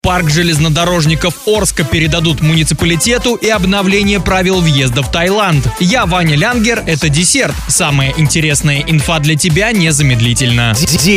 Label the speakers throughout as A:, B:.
A: Парк железнодорожников Орска передадут муниципалитету и обновление правил въезда в Таиланд. Я Ваня Лянгер, это десерт. Самая интересная инфа для тебя незамедлительно.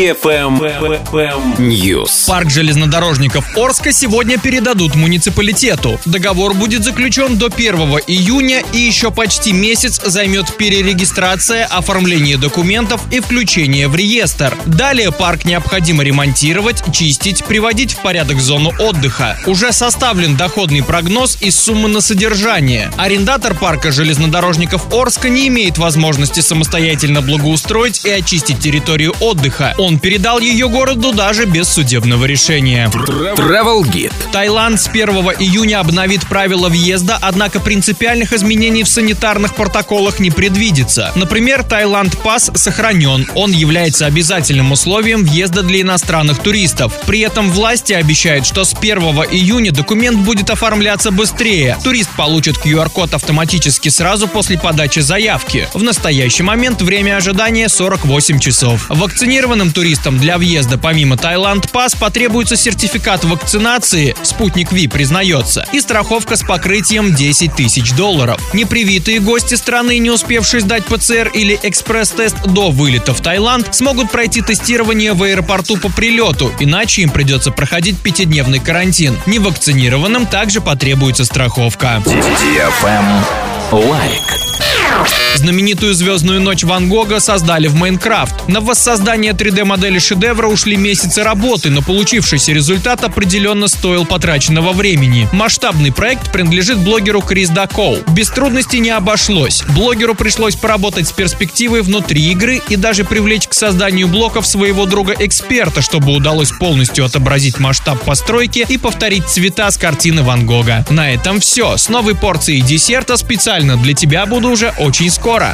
B: News.
A: Парк железнодорожников Орска сегодня передадут муниципалитету. Договор будет заключен до 1 июня и еще почти месяц займет перерегистрация, оформление документов и включение в реестр. Далее парк необходимо ремонтировать, чистить, приводить в порядок зону отдыха. Уже составлен доходный прогноз и суммы на содержание. Арендатор парка железнодорожников Орска не имеет возможности самостоятельно благоустроить и очистить территорию отдыха. Он передал ее городу даже без судебного решения.
B: Travel Guide.
A: Таиланд с 1 июня обновит правила въезда, однако принципиальных изменений в санитарных протоколах не предвидится. Например, Таиланд Пас сохранен. Он является обязательным условием въезда для иностранных туристов. При этом власти обещают, что с 1 июня документ будет оформляться быстрее. Турист получит QR-код автоматически сразу после подачи заявки. В настоящий момент время ожидания 48 часов. Вакцинированным туристам для въезда помимо Таиланд Пас потребуется сертификат вакцинации, спутник Ви признается, и страховка с покрытием $10 тысяч. Непривитые гости страны, не успевшие сдать ПЦР или экспресс-тест до вылета в Таиланд, смогут пройти тестирование в аэропорту по прилету, иначе им придется проходить 5-дневный карантин. Невакцинированным также потребуется страховка.
B: Лайк.
A: Знаменитую «Звездную ночь» Ван Гога создали в Майнкрафт. На воссоздание 3D-модели шедевра ушли месяцы работы, но получившийся результат определенно стоил потраченного времени. Масштабный проект принадлежит блогеру Крис Дакоу. Без трудностей не обошлось. Блогеру пришлось поработать с перспективой внутри игры и даже привлечь к созданию блоков своего друга-эксперта, чтобы удалось полностью отобразить масштаб постройки и повторить цвета с картины Ван Гога. На этом все. С новой порцией десерта специально для тебя буду уже очень скоро.